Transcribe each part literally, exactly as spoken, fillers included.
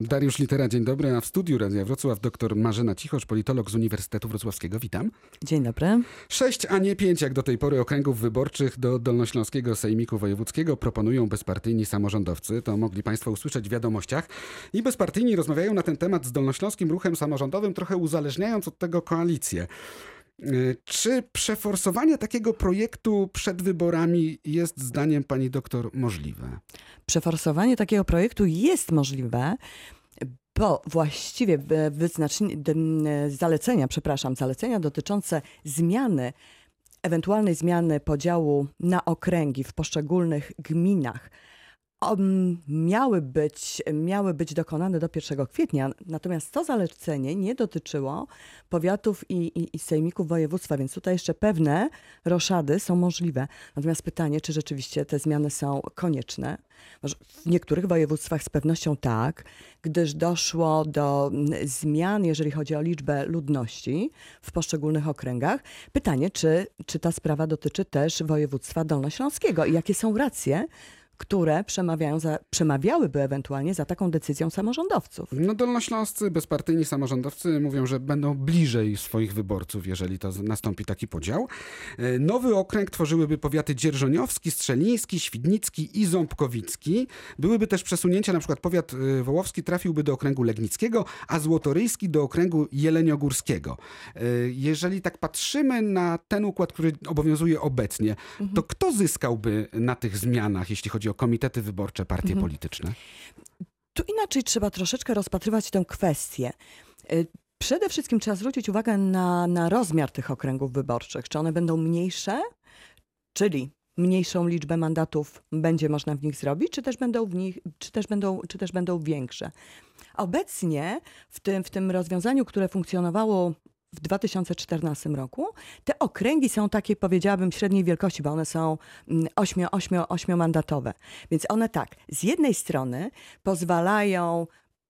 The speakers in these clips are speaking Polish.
Dariusz Litera, dzień dobry, a w studiu Radia Wrocław dr Marzena Cichosz, politolog z Uniwersytetu Wrocławskiego. Witam. Dzień dobry. Sześć, a nie pięć, jak do tej pory, okręgów wyborczych do Dolnośląskiego Sejmiku Wojewódzkiego proponują bezpartyjni samorządowcy. To mogli Państwo usłyszeć w wiadomościach. I bezpartyjni rozmawiają na ten temat z Dolnośląskim Ruchem Samorządowym, trochę uzależniając od tego koalicję. Czy przeforsowanie takiego projektu przed wyborami jest zdaniem pani doktor możliwe? Przeforsowanie takiego projektu jest możliwe, bo właściwie wyznaczenie, zalecenia, przepraszam, zalecenia dotyczące zmiany, ewentualnej zmiany podziału na okręgi w poszczególnych gminach miały być, miały być dokonane do pierwszego kwietnia, natomiast to zalecenie nie dotyczyło powiatów i, i, i sejmików województwa, więc tutaj jeszcze pewne roszady są możliwe. Natomiast pytanie, czy rzeczywiście te zmiany są konieczne? W niektórych województwach z pewnością tak, gdyż doszło do zmian, jeżeli chodzi o liczbę ludności w poszczególnych okręgach. Pytanie, czy, czy ta sprawa dotyczy też województwa dolnośląskiego i jakie są racje, które przemawiają za, przemawiałyby ewentualnie za taką decyzją samorządowców. No dolnośląscy, bezpartyjni samorządowcy mówią, że będą bliżej swoich wyborców, jeżeli to nastąpi taki podział. Nowy okręg tworzyłyby powiaty dzierżoniowski, strzeliński, świdnicki i ząbkowicki. Byłyby też przesunięcia, na przykład powiat wołowski trafiłby do okręgu legnickiego, a złotoryjski do okręgu jeleniogórskiego. Jeżeli tak patrzymy na ten układ, który obowiązuje obecnie, mhm. to kto zyskałby na tych zmianach, jeśli chodzi o komitety wyborcze, partie mhm. polityczne? Tu inaczej trzeba troszeczkę rozpatrywać tę kwestię. Przede wszystkim trzeba zwrócić uwagę na, na rozmiar tych okręgów wyborczych. Czy one będą mniejsze, czyli mniejszą liczbę mandatów będzie można w nich zrobić, czy też będą, w nich, czy też będą, czy też będą większe. Obecnie w tym, w tym rozwiązaniu, które funkcjonowało w dwa tysiące czternastym roku, te okręgi są takie, powiedziałabym, średniej wielkości, bo one są ośmio, ośmio, ośmiomandatowe. Więc one tak, z jednej strony pozwalają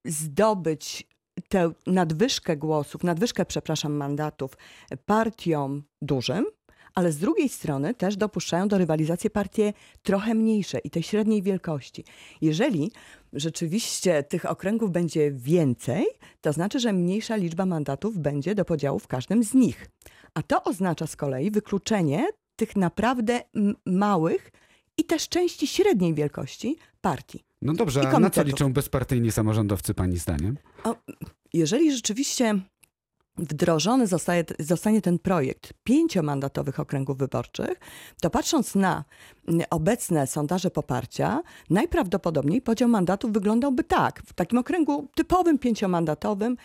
zdobyć tę nadwyżkę głosów, nadwyżkę, przepraszam, mandatów partiom dużym, ale z drugiej strony też dopuszczają do rywalizacji partie trochę mniejsze i tej średniej wielkości. Jeżeli rzeczywiście tych okręgów będzie więcej, to znaczy, że mniejsza liczba mandatów będzie do podziału w każdym z nich. A to oznacza z kolei wykluczenie tych naprawdę m- małych i też części średniej wielkości partii. No dobrze, a na co liczą bezpartyjni samorządowcy pani zdaniem? O, jeżeli rzeczywiście wdrożony zostaje, zostanie ten projekt pięciomandatowych okręgów wyborczych, to patrząc na obecne sondaże poparcia, najprawdopodobniej podział mandatów wyglądałby tak. W takim okręgu typowym pięciomandatowym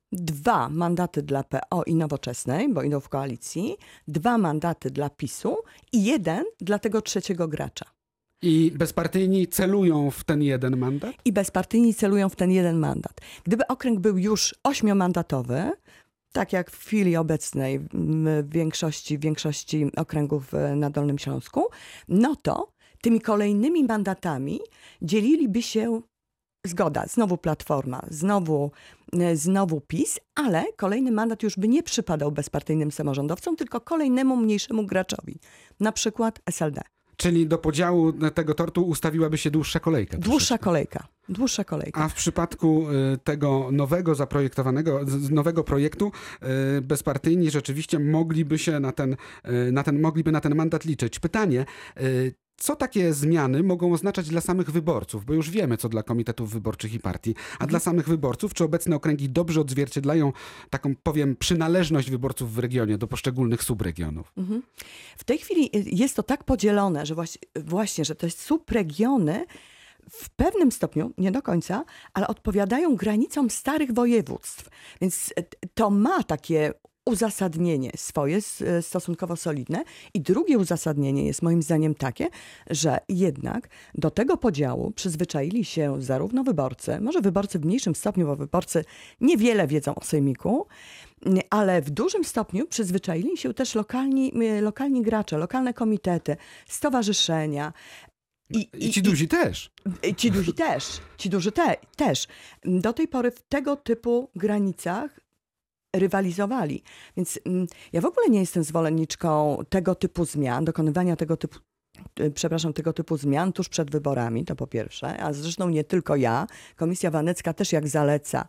dwa mandaty dla P O i Nowoczesnej, bo idą w koalicji, dwa mandaty dla PiSu i jeden dla tego trzeciego gracza. I bezpartyjni celują w ten jeden mandat? I bezpartyjni celują w ten jeden mandat. Gdyby okręg był już ośmiomandatowy, tak jak w chwili obecnej w większości, w większości okręgów na Dolnym Śląsku, no to tymi kolejnymi mandatami dzieliliby się, zgoda, znowu Platforma, znowu, znowu PiS, ale kolejny mandat już by nie przypadał bezpartyjnym samorządowcom, tylko kolejnemu mniejszemu graczowi, na przykład S L D. Czyli do podziału tego tortu ustawiłaby się dłuższa kolejka. Dłuższa troszeczkę. kolejka. Dłuższa kolejka. A w przypadku tego nowego zaprojektowanego, nowego projektu bezpartyjni rzeczywiście mogliby się na ten, na ten, mogliby na ten mandat liczyć. Pytanie, co takie zmiany mogą oznaczać dla samych wyborców? Bo już wiemy, co dla komitetów wyborczych i partii. A mhm. dla samych wyborców, czy obecne okręgi dobrze odzwierciedlają taką, powiem, przynależność wyborców w regionie do poszczególnych subregionów? Mhm. W tej chwili jest to tak podzielone, że właśnie, właśnie, że te subregiony w pewnym stopniu, nie do końca, ale odpowiadają granicom starych województw. Więc to ma takie uzasadnienie swoje stosunkowo solidne. I drugie uzasadnienie jest moim zdaniem takie, że jednak do tego podziału przyzwyczaili się zarówno wyborcy, może wyborcy w mniejszym stopniu, bo wyborcy niewiele wiedzą o sejmiku, ale w dużym stopniu przyzwyczaili się też lokalni, lokalni gracze, lokalne komitety, stowarzyszenia. I, I ci duzi i, też. Ci duzi też. Ci duży te, też. Do tej pory w tego typu granicach rywalizowali. Więc mm, ja w ogóle nie jestem zwolenniczką tego typu zmian, dokonywania tego typu przepraszam, tego typu zmian tuż przed wyborami, to po pierwsze, a zresztą nie tylko ja. Komisja Wenecka też jak zaleca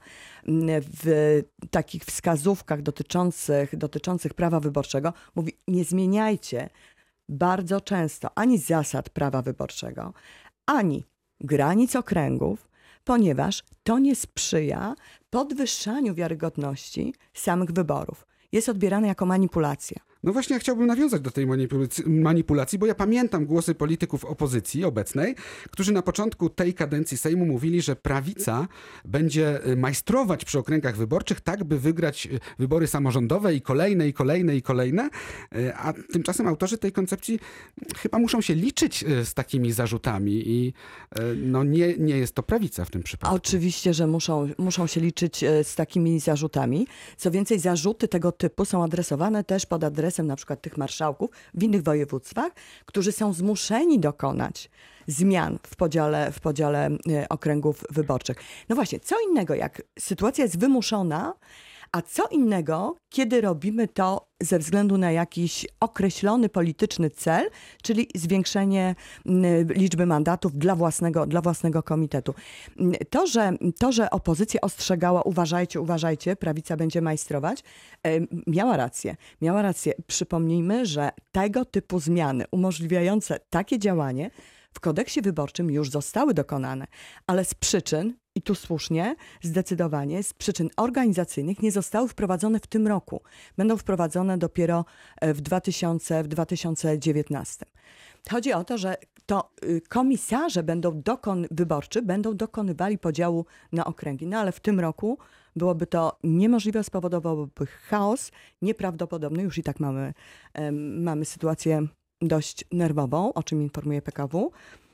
w takich wskazówkach dotyczących, dotyczących prawa wyborczego, mówi, nie zmieniajcie bardzo często ani zasad prawa wyborczego, ani granic okręgów, ponieważ to nie sprzyja podwyższaniu wiarygodności samych wyborów. Jest odbierane jako manipulacja. No właśnie, ja chciałbym nawiązać do tej manipulacji, manipulacji, bo ja pamiętam głosy polityków opozycji obecnej, którzy na początku tej kadencji Sejmu mówili, że prawica będzie majstrować przy okręgach wyborczych tak, by wygrać wybory samorządowe i kolejne, i kolejne, i kolejne, a tymczasem autorzy tej koncepcji chyba muszą się liczyć z takimi zarzutami i no nie, nie jest to prawica w tym przypadku. Oczywiście, że muszą, muszą się liczyć z takimi zarzutami. Co więcej, zarzuty tego typu są adresowane też pod adresem na przykład tych marszałków w innych województwach, którzy są zmuszeni dokonać zmian w podziale, w podziale okręgów wyborczych. No właśnie, co innego jak sytuacja jest wymuszona, a co innego, kiedy robimy to ze względu na jakiś określony polityczny cel, czyli zwiększenie liczby mandatów dla własnego, dla własnego komitetu. To że, to, że opozycja ostrzegała, uważajcie, uważajcie, prawica będzie majstrować, miała rację. Miała rację. Przypomnijmy, że tego typu zmiany umożliwiające takie działanie w kodeksie wyborczym już zostały dokonane, ale z przyczyn, i tu słusznie, zdecydowanie, z przyczyn organizacyjnych nie zostały wprowadzone w tym roku. Będą wprowadzone dopiero w, dwa tysiące dziewiętnastym. Chodzi o to, że to komisarze będą dokon- wyborczy będą dokonywali podziału na okręgi. No ale w tym roku byłoby to niemożliwe, spowodowałoby chaos nieprawdopodobny. Już i tak mamy, um, mamy sytuację dość nerwową, o czym informuje P K W.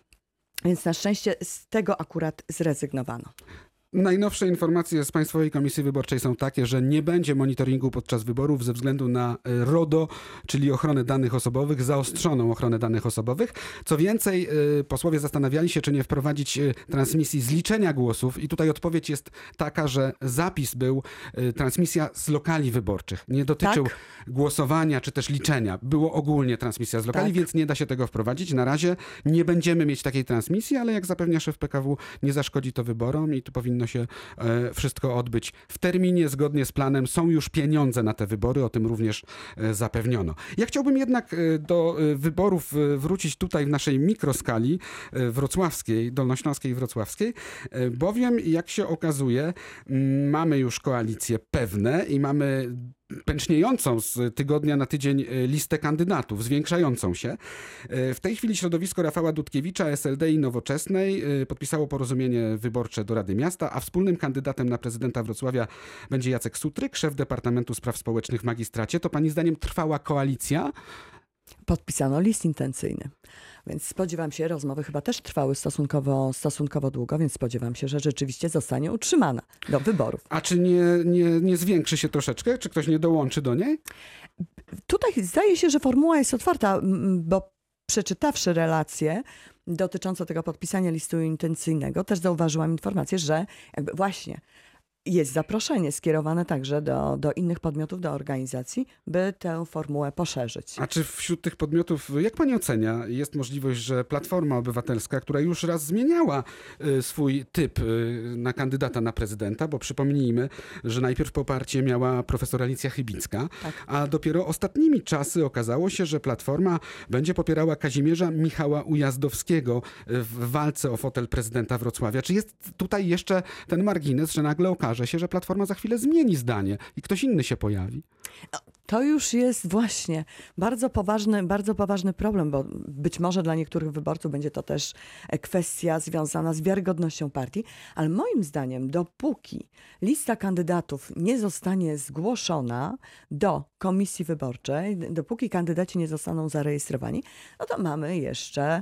Więc na szczęście z tego akurat zrezygnowano. Najnowsze informacje z Państwowej Komisji Wyborczej są takie, że nie będzie monitoringu podczas wyborów ze względu na RODO, czyli ochronę danych osobowych, zaostrzoną ochronę danych osobowych. Co więcej, posłowie zastanawiali się, czy nie wprowadzić transmisji zliczenia głosów i tutaj odpowiedź jest taka, że zapis był transmisja z lokali wyborczych. Nie dotyczył tak? głosowania czy też liczenia. Było ogólnie transmisja z lokali, tak. Więc nie da się tego wprowadzić. Na razie nie będziemy mieć takiej transmisji, ale jak zapewnia szef P K W, nie zaszkodzi to wyborom i tu powinno się wszystko odbyć w terminie, zgodnie z planem. Są już pieniądze na te wybory, o tym również zapewniono. Ja chciałbym jednak do wyborów wrócić tutaj w naszej mikroskali wrocławskiej, dolnośląskiej i wrocławskiej, bowiem jak się okazuje, mamy już koalicje pewne i mamy pęczniejącą z tygodnia na tydzień listę kandydatów, zwiększającą się. W tej chwili środowisko Rafała Dudkiewicza, S L D i Nowoczesnej podpisało porozumienie wyborcze do Rady Miasta, a wspólnym kandydatem na prezydenta Wrocławia będzie Jacek Sutryk, szef Departamentu Spraw Społecznych w magistracie. To pani zdaniem trwała koalicja? Podpisano list intencyjny. Więc spodziewam się, rozmowy chyba też trwały stosunkowo, stosunkowo długo, więc spodziewam się, że rzeczywiście zostanie utrzymana do wyborów. A czy nie, nie, nie zwiększy się troszeczkę? Czy ktoś nie dołączy do niej? Tutaj zdaje się, że formuła jest otwarta, bo przeczytawszy relacje dotyczące tego podpisania listu intencyjnego, też zauważyłam informację, że jakby właśnie jest zaproszenie skierowane także do, do innych podmiotów, do organizacji, by tę formułę poszerzyć. A czy wśród tych podmiotów, jak pani ocenia, jest możliwość, że Platforma Obywatelska, która już raz zmieniała y, swój typ y, na kandydata na prezydenta, bo przypomnijmy, że najpierw poparcie miała profesor Alicja Chybicka, tak. A dopiero ostatnimi czasy okazało się, że Platforma będzie popierała Kazimierza Michała Ujazdowskiego w walce o fotel prezydenta Wrocławia. Czy jest tutaj jeszcze ten margines, że nagle okaże się, że Platforma za chwilę zmieni zdanie i ktoś inny się pojawi? To już jest właśnie bardzo poważny, bardzo poważny problem, bo być może dla niektórych wyborców będzie to też kwestia związana z wiarygodnością partii, ale moim zdaniem dopóki lista kandydatów nie zostanie zgłoszona do komisji wyborczej, dopóki kandydaci nie zostaną zarejestrowani, no to mamy jeszcze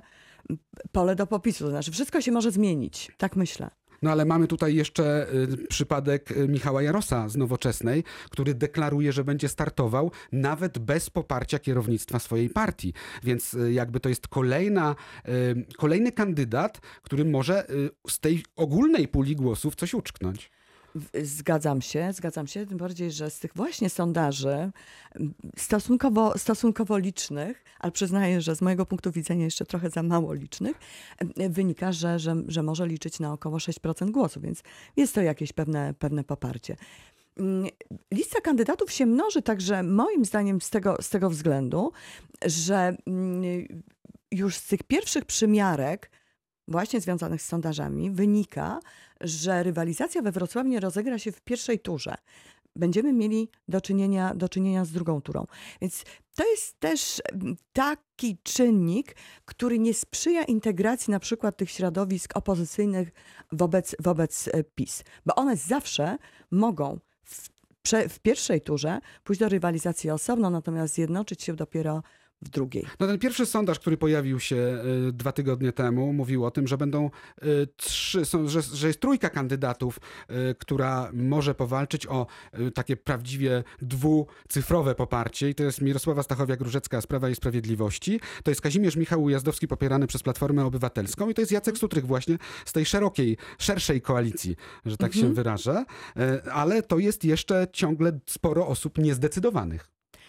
pole do popisu. To znaczy wszystko się może zmienić, tak myślę. No ale mamy tutaj jeszcze y, przypadek Michała Jarosa z Nowoczesnej, który deklaruje, że będzie startował nawet bez poparcia kierownictwa swojej partii. Więc y, jakby to jest kolejna, y, kolejny kandydat, który może y, z tej ogólnej puli głosów coś uczknąć. W- Zgadzam się, zgadzam się, tym bardziej, że z tych właśnie sondaży m, stosunkowo, stosunkowo licznych, ale przyznaję, że z mojego punktu widzenia jeszcze trochę za mało licznych, em, wynika, że, że, że może liczyć na około sześć procent głosów, więc jest to jakieś pewne, pewne poparcie. Mm, Lista kandydatów się mnoży także moim zdaniem z tego, z tego względu, że mm, już z tych pierwszych przymiarek właśnie związanych z sondażami wynika, że rywalizacja we Wrocławiu nie rozegra się w pierwszej turze. Będziemy mieli do czynienia, do czynienia z drugą turą. Więc to jest też mm, taki czynnik, który nie sprzyja integracji na przykład tych środowisk opozycyjnych wobec, wobec e, PiS. Bo one zawsze mogą w, prze, w pierwszej turze pójść do rywalizacji osobno, natomiast zjednoczyć się dopiero w drugiej. No ten pierwszy sondaż, który pojawił się y, dwa tygodnie temu, mówił o tym, że będą y, trzy, są, że, że jest trójka kandydatów, y, która może powalczyć o y, takie prawdziwie dwucyfrowe poparcie. I to jest Mirosława Stachowiak-Różecka z Prawa i Sprawiedliwości. To jest Kazimierz Michał Ujazdowski popierany przez Platformę Obywatelską. I to jest Jacek Sutrych właśnie z tej szerokiej, szerszej koalicji, że tak Mhm. się wyrażę. Y, ale to jest jeszcze ciągle sporo osób niezdecydowanych.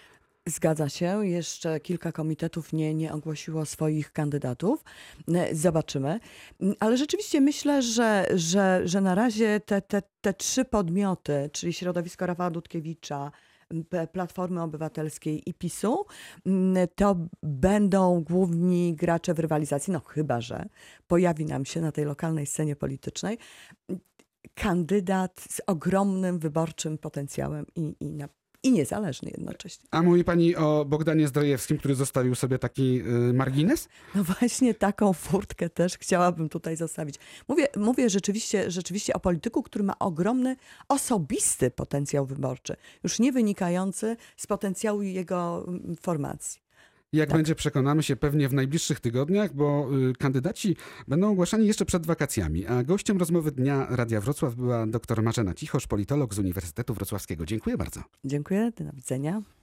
Zgadza się. Jeszcze kilka komitetów nie, nie ogłosiło swoich kandydatów. E, Zobaczymy. M, Ale rzeczywiście myślę, że, że, że na razie te, te, te trzy podmioty, czyli środowisko Rafała Dudkiewicza, m, P- Platformy Obywatelskiej i PiSu, m, to będą główni gracze w rywalizacji. No chyba, że pojawi nam się na tej lokalnej scenie politycznej m, kandydat z ogromnym wyborczym potencjałem i, i, na, i niezależny jednocześnie. A mówi pani o Bogdanie Zdrojewskim, który zostawił sobie taki y, margines? No właśnie taką furtkę też chciałabym tutaj zostawić. Mówię, mówię rzeczywiście, rzeczywiście o polityku, który ma ogromny osobisty potencjał wyborczy, już nie wynikający z potencjału jego mm, formacji. Jak Tak. będzie, przekonamy się pewnie w najbliższych tygodniach, bo y, kandydaci będą ogłaszani jeszcze przed wakacjami. A gościem rozmowy Dnia Radia Wrocław była dr Marzena Cichosz, politolog z Uniwersytetu Wrocławskiego. Dziękuję bardzo. Dziękuję, do widzenia.